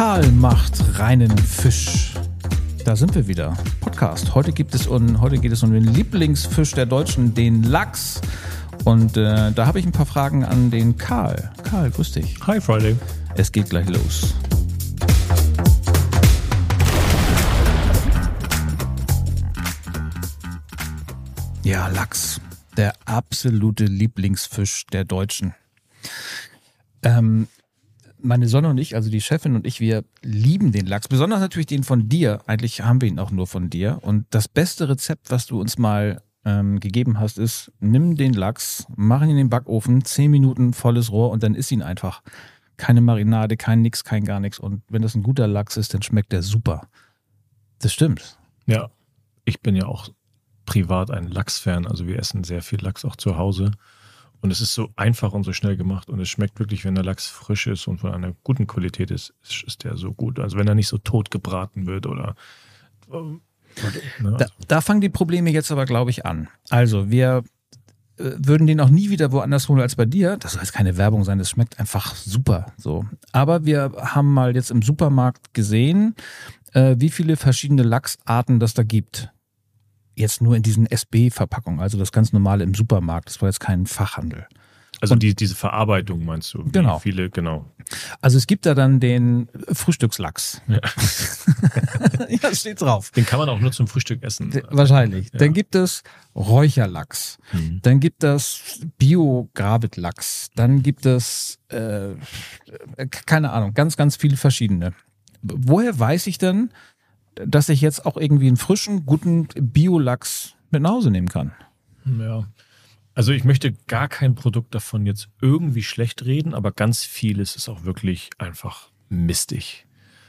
Karl macht reinen Fisch. Da sind wir wieder. Podcast. Heute geht es um den Lieblingsfisch der Deutschen, den Lachs. Und da habe ich ein paar Fragen an den Karl. Karl, grüß dich. Hi Friday. Es geht gleich los. Ja, Lachs. Der absolute Lieblingsfisch der Deutschen. Meine Sonne und ich, also die Chefin und ich, wir lieben den Lachs. Besonders natürlich den von dir. Eigentlich haben wir ihn auch nur von dir. Und das beste Rezept, was du uns mal gegeben hast, ist, nimm den Lachs, mach ihn in den Backofen, 10 Minuten volles Rohr und dann isst ihn einfach. Keine Marinade, kein nix, kein gar nichts. Und wenn das ein guter Lachs ist, dann schmeckt der super. Das stimmt. Ja, ich bin ja auch privat ein Lachs-Fan. Also wir essen sehr viel Lachs auch zu Hause. Und es ist so einfach und so schnell gemacht. Und es schmeckt wirklich, wenn der Lachs frisch ist und von einer guten Qualität ist der so gut. Also wenn er nicht so tot gebraten wird oder... Da fangen die Probleme jetzt aber, glaube ich, an. Also wir würden den auch nie wieder woanders holen als bei dir. Das soll jetzt keine Werbung sein, das schmeckt einfach super. So. Aber wir haben mal jetzt im Supermarkt gesehen, wie viele verschiedene Lachsarten das da gibt. Jetzt nur in diesen SB-Verpackungen, also das ganz normale im Supermarkt. Das war jetzt kein Fachhandel. Also diese Verarbeitung meinst du? Genau. Genau. Also es gibt da dann den Frühstückslachs. Ja. Ja, steht drauf. Den kann man auch nur zum Frühstück essen. Wahrscheinlich. Ja. Dann gibt es Räucherlachs. Dann gibt es Bio-Gravit-Lachs. Dann gibt es, keine Ahnung, ganz, ganz viele verschiedene. Woher weiß ich denn, dass ich jetzt auch irgendwie einen frischen, guten Bio-Lachs mit nach Hause nehmen kann? Ja. Also ich möchte gar kein Produkt davon jetzt irgendwie schlecht reden, aber ganz vieles ist auch wirklich einfach mistig.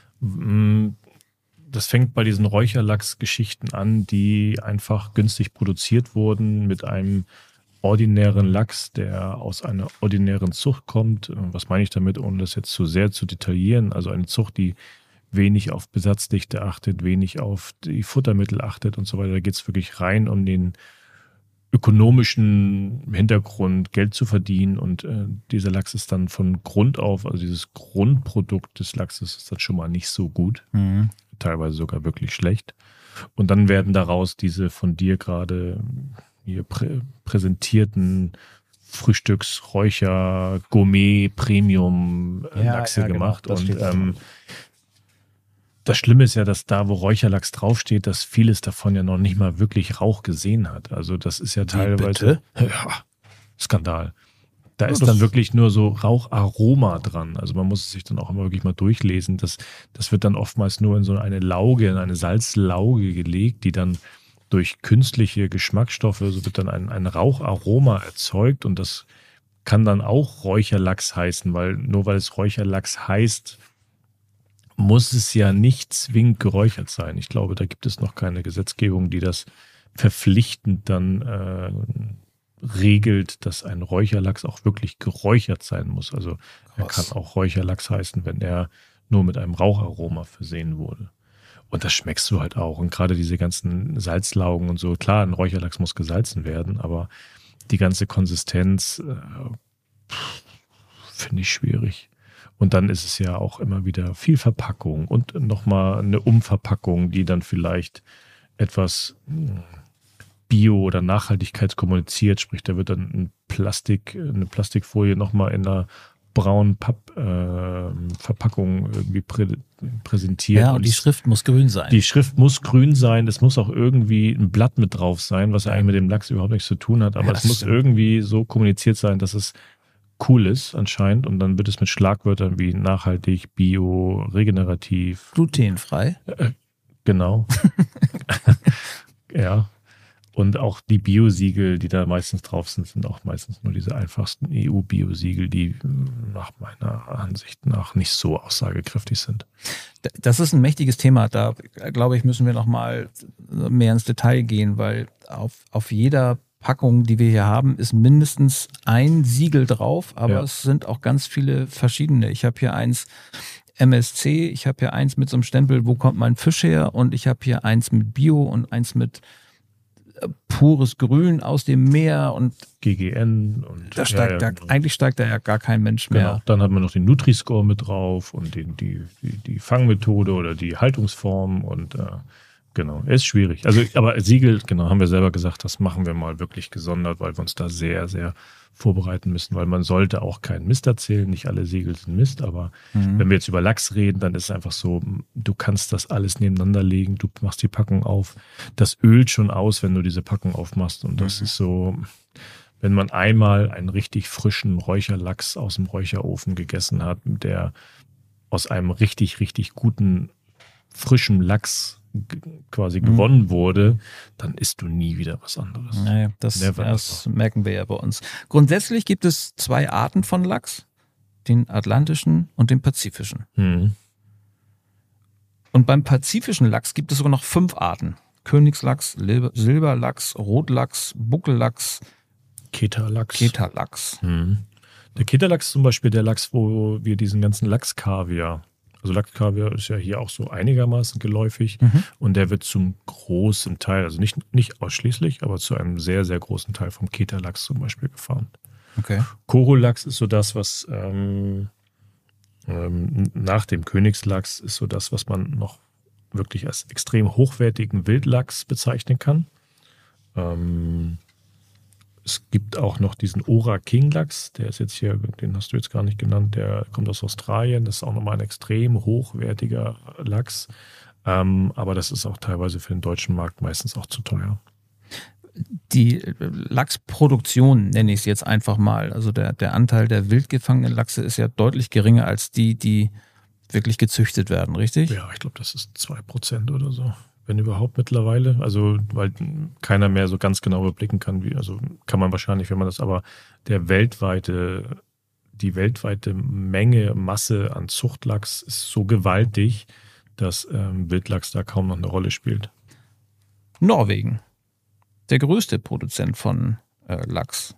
Das fängt bei diesen Räucherlachs-Geschichten an, die einfach günstig produziert wurden mit einem ordinären Lachs, der aus einer ordinären Zucht kommt. Was meine ich damit, ohne das jetzt zu sehr zu detaillieren? Also eine Zucht, die wenig auf Besatzdichte achtet, wenig auf die Futtermittel achtet und so weiter. Da geht es wirklich rein um den ökonomischen Hintergrund, Geld zu verdienen, und dieser Lachs ist dann von Grund auf, also dieses Grundprodukt des Lachses ist dann schon mal nicht so gut, teilweise sogar wirklich schlecht. Und dann werden daraus diese von dir gerade hier präsentierten Frühstücksräucher, Gourmet, Premium Lachse gemacht. Genau, und das Schlimme ist ja, dass da, wo Räucherlachs draufsteht, dass vieles davon ja noch nicht mal wirklich Rauch gesehen hat. Also das ist ja teilweise... Ja, Skandal. Da ist dann wirklich nur so Raucharoma dran. Also man muss es sich dann auch immer wirklich mal durchlesen. Das wird dann oftmals nur in so eine Lauge, in eine Salzlauge gelegt, die dann durch künstliche Geschmacksstoffe, so wird dann ein Raucharoma erzeugt, und das kann dann auch Räucherlachs heißen, weil nur weil es Räucherlachs heißt, muss es ja nicht zwingend geräuchert sein. Ich glaube, da gibt es noch keine Gesetzgebung, die das verpflichtend dann regelt, dass ein Räucherlachs auch wirklich geräuchert sein muss. Also er kann auch Räucherlachs heißen, wenn er nur mit einem Raucharoma versehen wurde. Und das schmeckst du halt auch. Und gerade diese ganzen Salzlaugen und so, klar, ein Räucherlachs muss gesalzen werden, aber die ganze Konsistenz finde ich schwierig. Und dann ist es ja auch immer wieder viel Verpackung und nochmal eine Umverpackung, die dann vielleicht etwas Bio- oder Nachhaltigkeit kommuniziert. Sprich, da wird dann eine Plastikfolie nochmal in einer braunen Pappverpackung irgendwie präsentiert. Ja, und die Schrift muss grün sein. Die Schrift muss grün sein. Es muss auch irgendwie ein Blatt mit drauf sein, was ja eigentlich mit dem Lachs überhaupt nichts zu tun hat. Aber ja, es muss irgendwie so kommuniziert sein, dass es cool ist anscheinend, und dann wird es mit Schlagwörtern wie nachhaltig, bio, regenerativ. Glutenfrei. Genau. Ja. Und auch die Biosiegel, die da meistens drauf sind auch meistens nur diese einfachsten EU-Biosiegel, die nach meiner Ansicht nach nicht so aussagekräftig sind. Das ist ein mächtiges Thema. Da, glaube ich, müssen wir noch mal mehr ins Detail gehen, weil auf jeder Packung, die wir hier haben, ist mindestens ein Siegel drauf, aber es sind auch ganz viele verschiedene. Ich habe hier eins MSC, ich habe hier eins mit so einem Stempel, wo kommt mein Fisch her, und ich habe hier eins mit Bio und eins mit pures Grün aus dem Meer und GGN und da steigt eigentlich steigt da ja gar kein Mensch mehr. Genau, dann hat man noch den Nutri-Score mit drauf und die Fangmethode oder die Haltungsform und genau, ist schwierig. Also, aber Siegel, genau, haben wir selber gesagt, das machen wir mal wirklich gesondert, weil wir uns da sehr, sehr vorbereiten müssen, weil man sollte auch keinen Mist erzählen. Nicht alle Siegel sind Mist, aber wenn wir jetzt über Lachs reden, dann ist es einfach so, du kannst das alles nebeneinander legen, du machst die Packung auf, das ölt schon aus, wenn du diese Packung aufmachst und das ist so, wenn man einmal einen richtig frischen Räucherlachs aus dem Räucherofen gegessen hat, der aus einem richtig, richtig guten, frischen Lachs quasi gewonnen wurde, dann isst du nie wieder was anderes. Naja, das merken wir ja bei uns. Grundsätzlich gibt es 2 Arten von Lachs, den atlantischen und den pazifischen. Und beim pazifischen Lachs gibt es sogar noch 5 Arten. Königslachs, Silberlachs, Rotlachs, Buckellachs, Keterlachs. Der Keterlachs ist zum Beispiel der Lachs, wo wir diesen ganzen Lachskaviar, also Lachskaviar ist ja hier auch so einigermaßen geläufig und der wird zum großen Teil, also nicht ausschließlich, aber zu einem sehr, sehr großen Teil vom Keterlachs zum Beispiel gefahren. Okay. Korolachs ist so das, was nach dem Königslachs ist so das, was man noch wirklich als extrem hochwertigen Wildlachs bezeichnen kann. Es gibt auch noch diesen Ora King Lachs, der ist jetzt hier, den hast du jetzt gar nicht genannt, der kommt aus Australien, das ist auch nochmal ein extrem hochwertiger Lachs, aber das ist auch teilweise für den deutschen Markt meistens auch zu teuer. Die Lachsproduktion, nenne ich es jetzt einfach mal, also der Anteil der wild gefangenen Lachse ist ja deutlich geringer als die wirklich gezüchtet werden, richtig? Ja, ich glaube, das ist 2% oder so. Wenn überhaupt mittlerweile, also weil keiner mehr so ganz genau überblicken kann, also kann man wahrscheinlich, wenn man das, aber die weltweite Masse an Zuchtlachs ist so gewaltig, dass Wildlachs da kaum noch eine Rolle spielt. Norwegen, der größte Produzent von Lachs.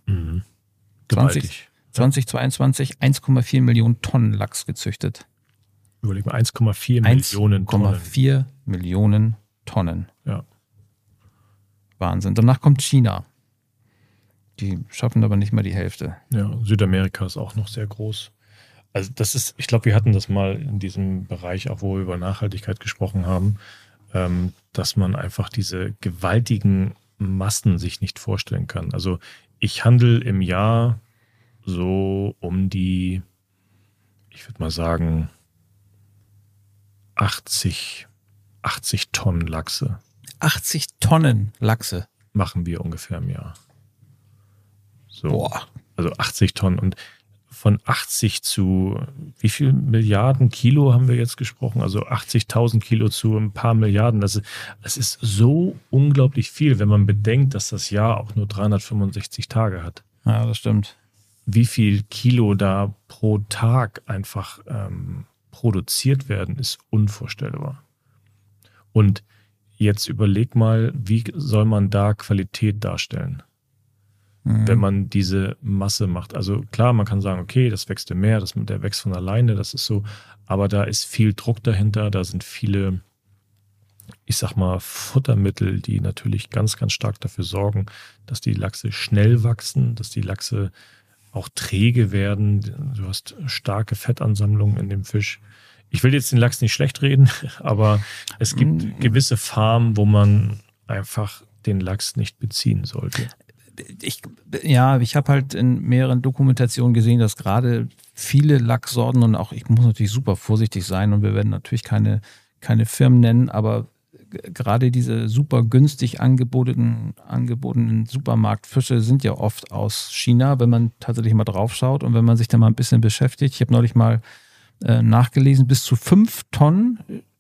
2022 1,4 Millionen Tonnen Lachs gezüchtet. Überleg mal, 1,4 Millionen Tonnen. 1,4 Millionen Tonnen. Ja. Wahnsinn. Danach kommt China. Die schaffen aber nicht mal die Hälfte. Ja, Südamerika ist auch noch sehr groß. Also das ist, ich glaube, wir hatten das mal in diesem Bereich, auch wo wir über Nachhaltigkeit gesprochen haben, dass man einfach diese gewaltigen Massen sich nicht vorstellen kann. Also ich handle im Jahr so um die, ich würde mal sagen, 80 Tonnen Lachse. 80 Tonnen Lachse? Machen wir ungefähr im Jahr. So. Boah. Also 80 Tonnen. Und von 80 zu, wie viel Milliarden Kilo haben wir jetzt gesprochen? Also 80.000 Kilo zu ein paar Milliarden. Das ist so unglaublich viel, wenn man bedenkt, dass das Jahr auch nur 365 Tage hat. Ja, das stimmt. Wie viel Kilo da pro Tag einfach produziert werden, ist unvorstellbar. Und jetzt überleg mal, wie soll man da Qualität darstellen, wenn man diese Masse macht. Also klar, man kann sagen, okay, das wächst im Meer, der wächst von alleine, das ist so, aber da ist viel Druck dahinter, da sind viele, ich sag mal, Futtermittel, die natürlich ganz, ganz stark dafür sorgen, dass die Lachse schnell wachsen, dass die Lachse auch träge werden. Du hast starke Fettansammlungen in dem Fisch. Ich will jetzt den Lachs nicht schlecht reden, aber es gibt gewisse Farmen, wo man einfach den Lachs nicht beziehen sollte. Ich habe halt in mehreren Dokumentationen gesehen, dass gerade viele Lachssorten und auch, ich muss natürlich super vorsichtig sein und wir werden natürlich keine Firmen nennen, aber gerade diese super günstig angebotenen Supermarktfische sind ja oft aus China, wenn man tatsächlich mal drauf schaut und wenn man sich da mal ein bisschen beschäftigt. Ich habe neulich mal nachgelesen, bis zu 5 Tonnen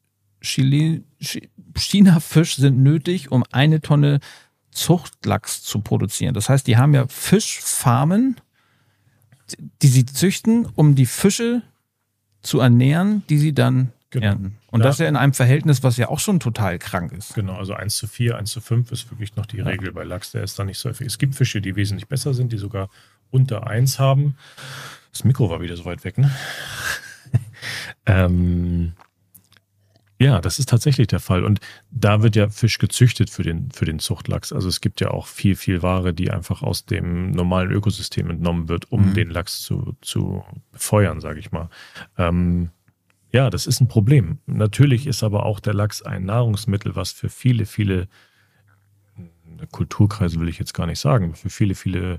China-Fisch sind nötig, um 1 Tonne Zuchtlachs zu produzieren. Das heißt, die haben ja Fischfarmen, die sie züchten, um die Fische zu ernähren, die sie dann ernten. Und das ja in einem Verhältnis, was ja auch schon total krank ist. Genau, also 1:4, 1:5 ist wirklich noch die Regel bei Lachs. Der ist da nicht so häufig. Es gibt Fische, die wesentlich besser sind, die sogar unter 1 haben. Das Mikro war wieder so weit weg, ne? Ja, das ist tatsächlich der Fall. Und da wird ja Fisch gezüchtet für den Zuchtlachs. Also es gibt ja auch viel Ware, die einfach aus dem normalen Ökosystem entnommen wird, um den Lachs zu befeuern, sage ich mal. Ja, das ist ein Problem. Natürlich ist aber auch der Lachs ein Nahrungsmittel, was für viele Kulturkreise will ich jetzt gar nicht sagen, für viele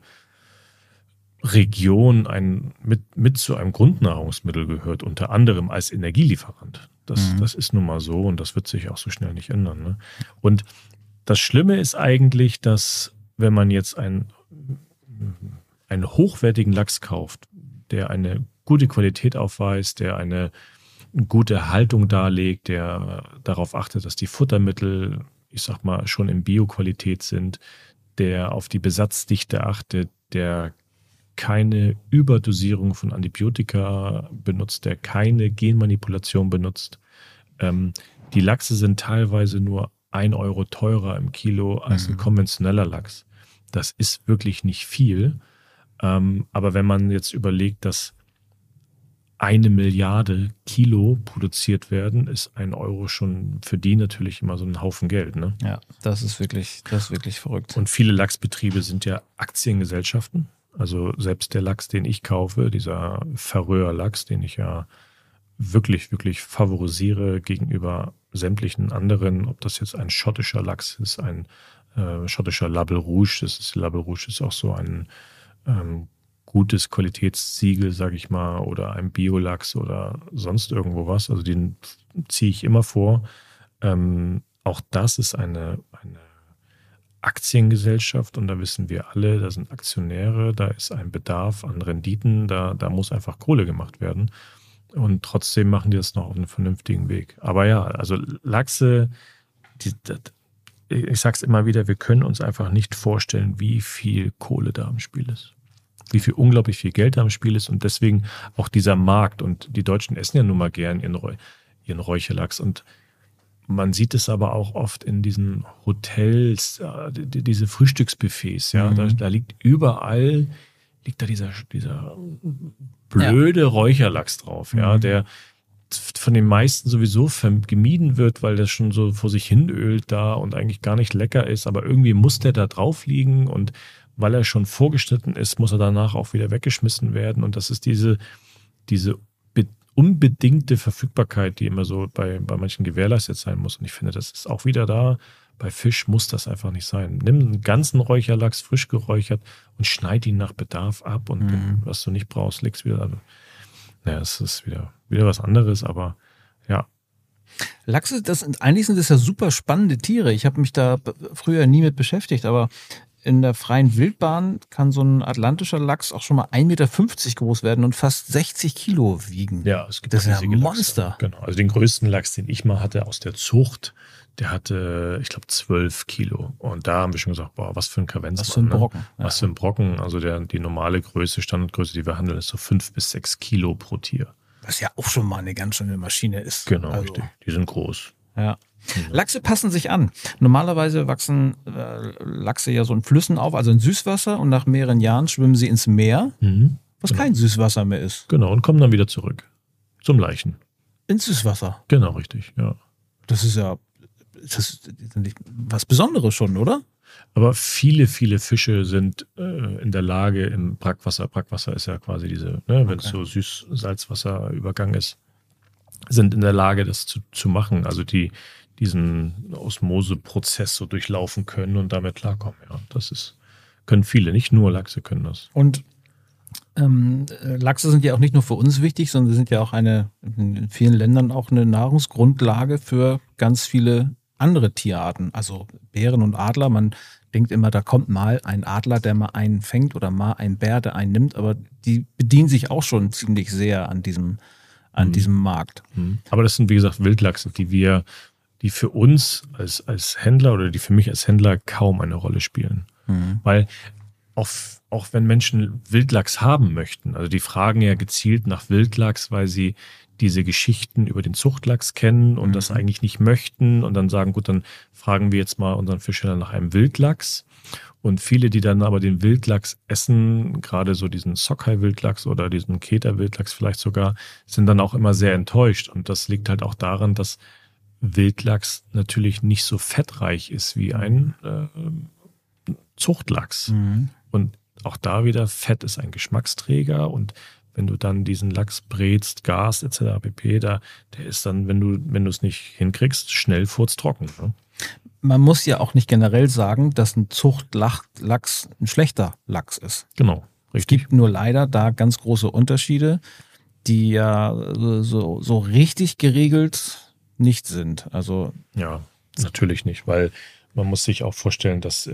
Regionen mit zu einem Grundnahrungsmittel gehört, unter anderem als Energielieferant. Das ist nun mal so und das wird sich auch so schnell nicht ändern. Ne? Und das Schlimme ist eigentlich, dass wenn man jetzt einen hochwertigen Lachs kauft, der eine gute Qualität aufweist, der eine gute Haltung darlegt, der darauf achtet, dass die Futtermittel, ich sag mal, schon in Bioqualität sind, der auf die Besatzdichte achtet, der keine Überdosierung von Antibiotika benutzt, der keine Genmanipulation benutzt. Die Lachse sind teilweise nur 1 Euro teurer im Kilo als ein konventioneller Lachs. Das ist wirklich nicht viel. Aber wenn man jetzt überlegt, dass 1 Milliarde Kilo produziert werden, ist 1 Euro schon für die natürlich immer so ein Haufen Geld. Ne? Ja, das ist wirklich verrückt. Und viele Lachsbetriebe sind ja Aktiengesellschaften. Also selbst der Lachs, den ich kaufe, dieser Färöer-Lachs, den ich ja wirklich favorisiere gegenüber sämtlichen anderen, ob das jetzt ein schottischer Lachs ist, ein schottischer Label Rouge, Label Rouge ist auch so ein gutes Qualitätssiegel, sage ich mal, oder ein Biolachs oder sonst irgendwo was. Also den ziehe ich immer vor. Auch das ist eine Aktiengesellschaft und da wissen wir alle, da sind Aktionäre, da ist ein Bedarf an Renditen, da muss einfach Kohle gemacht werden. Und trotzdem machen die das noch auf einem vernünftigen Weg. Aber ja, also Lachse, ich sag's immer wieder, wir können uns einfach nicht vorstellen, wie viel Kohle da im Spiel ist. Wie viel unglaublich viel Geld da im Spiel ist und deswegen auch dieser Markt. Und die Deutschen essen ja nun mal gern ihren Räucherlachs. Und man sieht es aber auch oft in diesen Hotels, diese Frühstücksbuffets. Ja, da liegt überall da dieser blöde Räucherlachs drauf, ja, der von den meisten sowieso gemieden wird, weil das schon so vor sich hin ölt da und eigentlich gar nicht lecker ist, aber irgendwie muss der da drauf liegen und weil er schon vorgeschnitten ist, muss er danach auch wieder weggeschmissen werden und das ist diese unbedingte Verfügbarkeit, die immer so bei manchen gewährleistet sein muss und ich finde, das ist auch wieder da. Bei Fisch muss das einfach nicht sein. Nimm einen ganzen Räucherlachs, frisch geräuchert und schneid ihn nach Bedarf ab und was du nicht brauchst, legst wieder an. Naja, es ist wieder was anderes, aber ja. Lachse, eigentlich sind das ja super spannende Tiere. Ich habe mich da früher nie mit beschäftigt, aber in der freien Wildbahn kann so ein atlantischer Lachs auch schon mal 1,50 Meter groß werden und fast 60 Kilo wiegen. Ja, es gibt das ist ja ein Monster. Lachse. Genau, also den größten Lachs, den ich mal hatte aus der Zucht, der hatte, ich glaube, 12 Kilo. Und da haben wir schon gesagt, boah, was für ein Kavenz. Was für ein Brocken. Ne? Was für ein Brocken. Also die normale Größe, Standardgröße, die wir handeln, ist so 5 bis 6 Kilo pro Tier. Was ja auch schon mal eine ganz schöne Maschine ist. Genau, richtig. Die sind groß. Ja. Lachse passen sich an. Normalerweise wachsen Lachse ja so in Flüssen auf, also in Süßwasser und nach mehreren Jahren schwimmen sie ins Meer, was kein Süßwasser mehr ist. Genau, und kommen dann wieder zurück zum Laichen. Ins Süßwasser? Genau, richtig, ja. Das ist was Besonderes schon, oder? Aber viele Fische sind in der Lage im Brackwasser ist ja quasi wenn es so Süß-Salzwasserübergang ist, sind in der Lage, das zu machen. Also diesen Osmoseprozess so durchlaufen können und damit klarkommen. Ja, können viele, nicht nur Lachse können das. Und Lachse sind ja auch nicht nur für uns wichtig, sondern sie sind ja auch in vielen Ländern auch eine Nahrungsgrundlage für ganz viele andere Tierarten. Also Bären und Adler. Man denkt immer, da kommt mal ein Adler, der mal einen fängt oder mal ein Bär, der einen nimmt. Aber die bedienen sich auch schon ziemlich sehr an diesem Markt. Aber das sind, wie gesagt, Wildlachse, die für uns als Händler oder die für mich als Händler kaum eine Rolle spielen. Weil auch wenn Menschen Wildlachs haben möchten, also die fragen ja gezielt nach Wildlachs, weil sie diese Geschichten über den Zuchtlachs kennen und das eigentlich nicht möchten und dann sagen, gut, dann fragen wir jetzt mal unseren Fischhändler nach einem Wildlachs. Und viele, die dann aber den Wildlachs essen, gerade so diesen Sockeye-Wildlachs oder diesen Keter-Wildlachs vielleicht sogar, sind dann auch immer sehr enttäuscht. Und das liegt halt auch daran, dass Wildlachs natürlich nicht so fettreich ist wie ein Zuchtlachs. Mhm. Und auch da wieder, Fett ist ein Geschmacksträger und wenn du dann diesen Lachs brätst, garst etc. pp., der ist dann, wenn du es nicht hinkriegst, schnell furztrocken. Ne? Man muss ja auch nicht generell sagen, dass ein Zuchtlachs ein schlechter Lachs ist. Genau, richtig. Es gibt nur leider da ganz große Unterschiede, die ja so richtig geregelt nicht sind. Also ja, natürlich nicht, weil man muss sich auch vorstellen, dass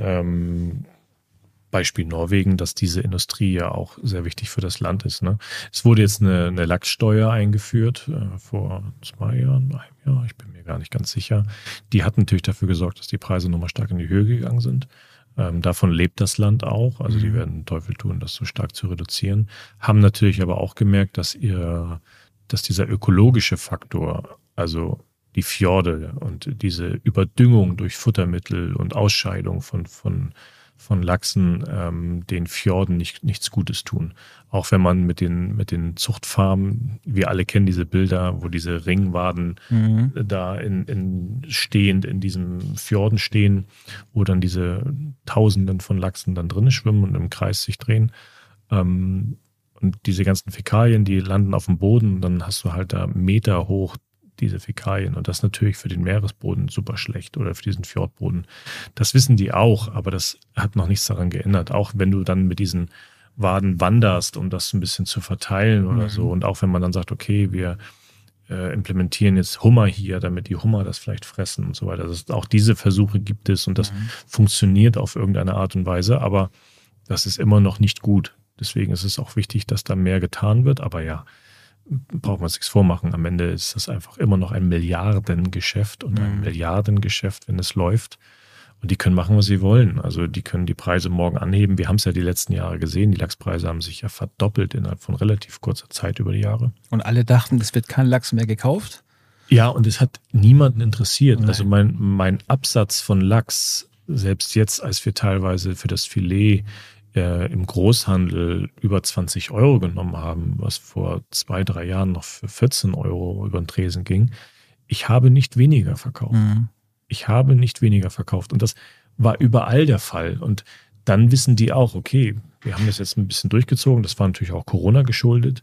Beispiel Norwegen, dass diese Industrie ja auch sehr wichtig für das Land ist. Ne? Es wurde jetzt eine Lachssteuer eingeführt vor 2 Jahren, einem Jahr, ich bin mir gar nicht ganz sicher. Die hat natürlich dafür gesorgt, dass die Preise nochmal stark in die Höhe gegangen sind. Davon lebt das Land auch. Also die werden den Teufel tun, das so stark zu reduzieren. Haben natürlich aber auch gemerkt, dass dieser ökologische Faktor, also die Fjorde und diese Überdüngung durch Futtermittel und Ausscheidung von Lachsen den Fjorden nichts Gutes tun. Auch wenn man mit den Zuchtfarmen, wir alle kennen diese Bilder, wo diese Ringwaden da stehend in diesen Fjorden stehen, wo dann diese Tausenden von Lachsen dann drin schwimmen und im Kreis sich drehen. Und diese ganzen Fäkalien, die landen auf dem Boden und dann hast du halt da Meter hoch diese Fäkalien. Und das natürlich für den Meeresboden super schlecht oder für diesen Fjordboden. Das wissen die auch, aber das hat noch nichts daran geändert. Auch wenn du dann mit diesen Waden wanderst, um das ein bisschen zu verteilen oder so. Und auch wenn man dann sagt, okay, wir implementieren jetzt Hummer hier, damit die Hummer das vielleicht fressen und so weiter. Auch diese Versuche gibt es und das funktioniert auf irgendeine Art und Weise, aber das ist immer noch nicht gut. Deswegen ist es auch wichtig, dass da mehr getan wird. Aber ja, braucht man sich vormachen. Am Ende ist das einfach immer noch ein Milliardengeschäft und ein Milliardengeschäft, wenn es läuft. Und die können machen, was sie wollen. Also die können die Preise morgen anheben. Wir haben es ja die letzten Jahre gesehen. Die Lachspreise haben sich ja verdoppelt innerhalb von relativ kurzer Zeit über die Jahre. Und alle dachten, es wird kein Lachs mehr gekauft? Ja, und es hat niemanden interessiert. Nein. Also mein Absatz von Lachs, selbst jetzt, als wir teilweise für das Filet im Großhandel über 20 Euro genommen haben, was vor 2-3 Jahren noch für 14 Euro über den Tresen ging. Ich habe nicht weniger verkauft. Ich habe nicht weniger verkauft. Und das war überall der Fall. Und dann wissen die auch, okay, wir haben das jetzt ein bisschen durchgezogen. Das war natürlich auch Corona geschuldet.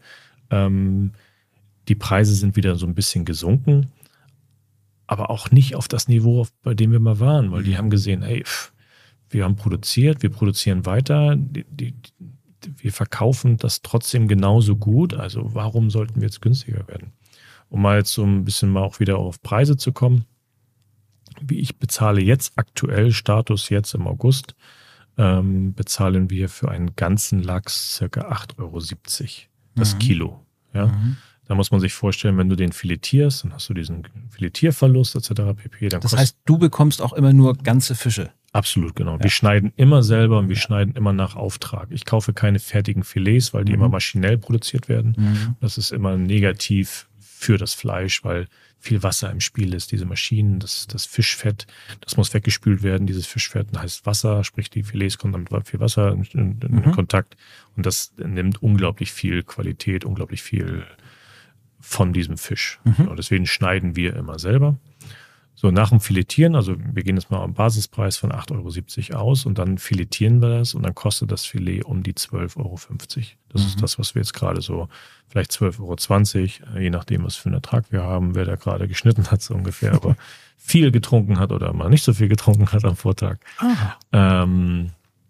Die Preise sind wieder so ein bisschen gesunken. Aber auch nicht auf das Niveau, bei dem wir mal waren. Weil die haben gesehen, hey, wir haben produziert, wir produzieren weiter, wir verkaufen das trotzdem genauso gut, also warum sollten wir jetzt günstiger werden? Um mal jetzt so ein bisschen mal auch wieder auf Preise zu kommen, wie ich bezahle jetzt aktuell, Status jetzt im August, bezahlen wir für einen ganzen Lachs ca. 8,70 Euro das Kilo. Ja? Da muss man sich vorstellen, wenn du den filetierst, dann hast du diesen Filetierverlust etc. pp. Das heißt, du bekommst auch immer nur ganze Fische? Absolut, genau. Ja. Wir schneiden immer selber und wir schneiden immer nach Auftrag. Ich kaufe keine fertigen Filets, weil die immer maschinell produziert werden. Das ist immer negativ für das Fleisch, weil viel Wasser im Spiel ist. Diese Maschinen, das Fischfett, das muss weggespült werden. Dieses Fischfett heißt Wasser, sprich die Filets kommen mit viel Wasser in Kontakt. Und das nimmt unglaublich viel Qualität, unglaublich viel von diesem Fisch. Und deswegen schneiden wir immer selber. So, nach dem Filetieren, also wir gehen jetzt mal am Basispreis von 8,70 Euro aus und dann filetieren wir das und dann kostet das Filet um die 12,50 Euro. Das ist das, was wir jetzt gerade so, vielleicht 12,20 Euro, je nachdem, was für einen Ertrag wir haben, wer da gerade geschnitten hat, so ungefähr, aber viel getrunken hat oder mal nicht so viel getrunken hat am Vortag. Und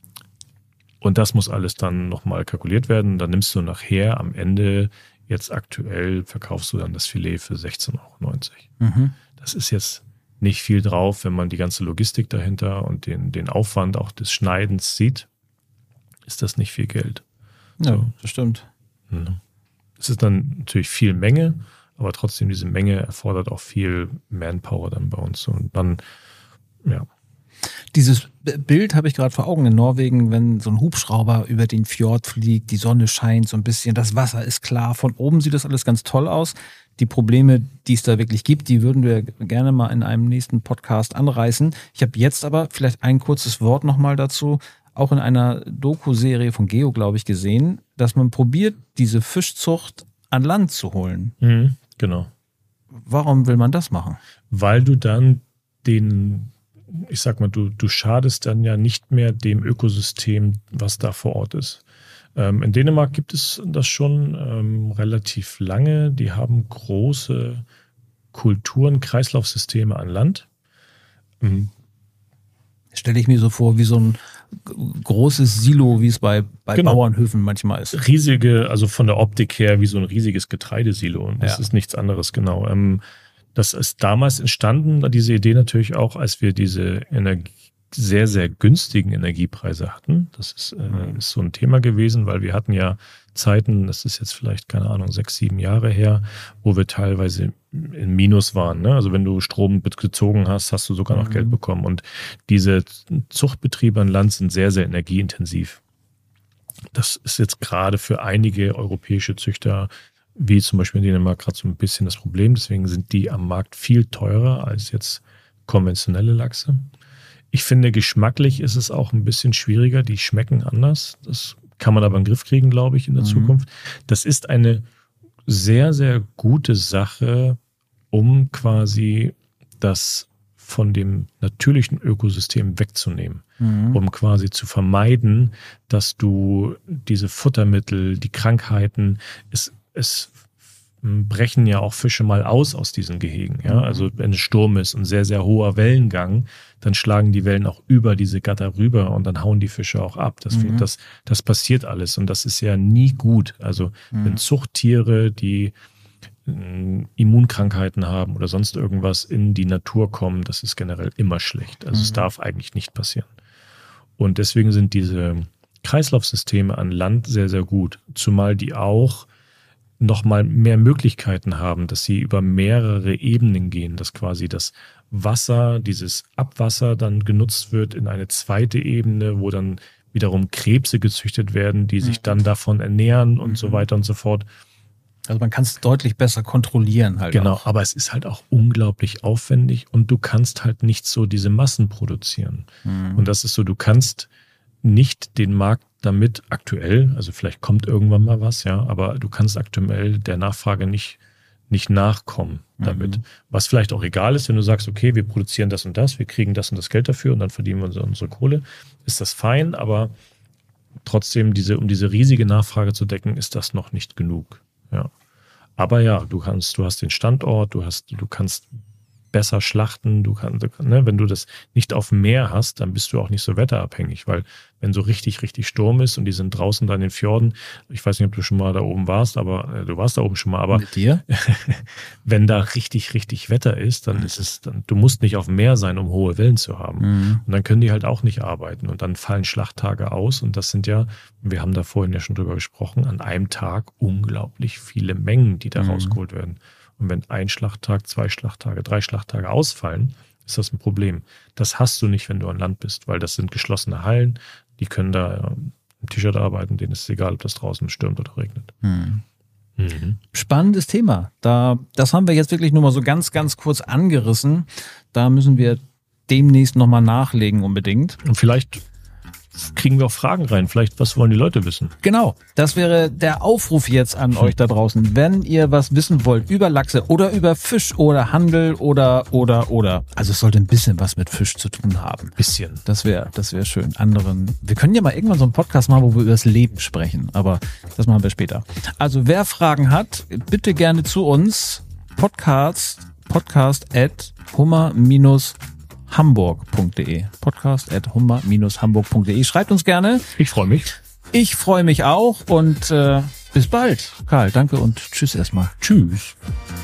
das muss alles dann nochmal kalkuliert werden. Dann nimmst du nachher am Ende, jetzt aktuell verkaufst du dann das Filet für 16,90 Euro. Das ist jetzt nicht viel drauf, wenn man die ganze Logistik dahinter und den Aufwand auch des Schneidens sieht, ist das nicht viel Geld. Ja, das stimmt. Es ist dann natürlich viel Menge, aber trotzdem diese Menge erfordert auch viel Manpower dann bei uns. Und dann, ja. Dieses Bild habe ich gerade vor Augen in Norwegen, wenn so ein Hubschrauber über den Fjord fliegt, die Sonne scheint so ein bisschen, das Wasser ist klar, von oben sieht das alles ganz toll aus. Die Probleme, die es da wirklich gibt, die würden wir gerne mal in einem nächsten Podcast anreißen. Ich habe jetzt aber vielleicht ein kurzes Wort nochmal dazu, auch in einer Doku-Serie von Geo, glaube ich, gesehen, dass man probiert, diese Fischzucht an Land zu holen. Genau. Warum will man das machen? Weil du dann ich sag mal, du schadest dann ja nicht mehr dem Ökosystem, was da vor Ort ist. In Dänemark gibt es das schon relativ lange. Die haben große Kulturen, Kreislaufsysteme an Land. Stelle ich mir so vor, wie so ein großes Silo, wie es bei Bauernhöfen manchmal ist. Riesige, also von der Optik her wie so ein riesiges Getreidesilo. Und das ist nichts anderes, genau. Das ist damals entstanden, diese Idee natürlich auch, als wir diese sehr, sehr günstigen Energiepreise hatten. Das ist so ein Thema gewesen, weil wir hatten ja Zeiten, das ist jetzt vielleicht, keine Ahnung, 6, 7 Jahre her, wo wir teilweise in Minus waren. Ne? Also wenn du Strom gezogen hast, hast du sogar noch Geld bekommen. Und diese Zuchtbetriebe an Land sind sehr, sehr energieintensiv. Das ist jetzt gerade für einige europäische Züchter, wie zum Beispiel in Dänemark, gerade so ein bisschen das Problem. Deswegen sind die am Markt viel teurer als jetzt konventionelle Lachse. Ich finde, geschmacklich ist es auch ein bisschen schwieriger. Die schmecken anders. Das kann man aber in den Griff kriegen, glaube ich, in der Zukunft. Das ist eine sehr, sehr gute Sache, um quasi das von dem natürlichen Ökosystem wegzunehmen. Um quasi zu vermeiden, dass du diese Futtermittel, die Krankheiten, es brechen ja auch Fische mal aus diesen Gehegen. Ja? Also wenn es Sturm ist und sehr, sehr hoher Wellengang, dann schlagen die Wellen auch über diese Gatter rüber und dann hauen die Fische auch ab. Das passiert alles und das ist ja nie gut. Also wenn Zuchttiere, die Immunkrankheiten haben oder sonst irgendwas in die Natur kommen, das ist generell immer schlecht. Also es darf eigentlich nicht passieren. Und deswegen sind diese Kreislaufsysteme an Land sehr, sehr gut. Zumal die auch nochmal mehr Möglichkeiten haben, dass sie über mehrere Ebenen gehen, dass quasi das Wasser, dieses Abwasser dann genutzt wird in eine zweite Ebene, wo dann wiederum Krebse gezüchtet werden, die sich dann davon ernähren und so weiter und so fort. Also man kann es deutlich besser kontrollieren halt. Genau, aber es ist halt auch unglaublich aufwendig und du kannst halt nicht so diese Massen produzieren. Und das ist so, du kannst nicht den Markt damit aktuell, also vielleicht kommt irgendwann mal was, ja, aber du kannst aktuell der Nachfrage nicht nachkommen damit. Was vielleicht auch egal ist, wenn du sagst, okay, wir produzieren das und das, wir kriegen das und das Geld dafür und dann verdienen wir unsere Kohle, ist das fein, aber trotzdem um diese riesige Nachfrage zu decken, ist das noch nicht genug. Ja. Aber ja, du hast den Standort, du kannst besser schlachten, wenn du das nicht auf dem Meer hast, dann bist du auch nicht so wetterabhängig, weil wenn so richtig, richtig Sturm ist und die sind draußen da in den Fjorden, ich weiß nicht, ob du schon mal da oben warst, aber du warst da oben schon mal, aber mit dir? Wenn da richtig, richtig Wetter ist, dann ist es, du musst nicht auf dem Meer sein, um hohe Wellen zu haben. Und dann können die halt auch nicht arbeiten und dann fallen Schlachttage aus und das sind ja, wir haben da vorhin ja schon drüber gesprochen, an einem Tag unglaublich viele Mengen, die da rausgeholt werden. Und wenn 1 Schlachttag, 2 Schlachttage, 3 Schlachttage ausfallen, ist das ein Problem. Das hast du nicht, wenn du an Land bist, weil das sind geschlossene Hallen, die können da im T-Shirt arbeiten, denen ist es egal, ob das draußen stürmt oder regnet. Spannendes Thema. Das haben wir jetzt wirklich nur mal so ganz, ganz kurz angerissen. Da müssen wir demnächst nochmal nachlegen unbedingt. Und vielleicht kriegen wir auch Fragen rein. Vielleicht, was wollen die Leute wissen? Genau, das wäre der Aufruf jetzt an euch da draußen. Wenn ihr was wissen wollt über Lachse oder über Fisch oder Handel oder. Also es sollte ein bisschen was mit Fisch zu tun haben. Bisschen. Das wäre schön. Wir können ja mal irgendwann so einen Podcast machen, wo wir über das Leben sprechen. Aber das machen wir später. Also wer Fragen hat, bitte gerne zu uns. podcast@hummer-hamburg.de. podcast@hummer-hamburg.de. Schreibt uns gerne. Ich freue mich. Ich freue mich auch und bis bald. Karl, danke und tschüss erstmal. Tschüss.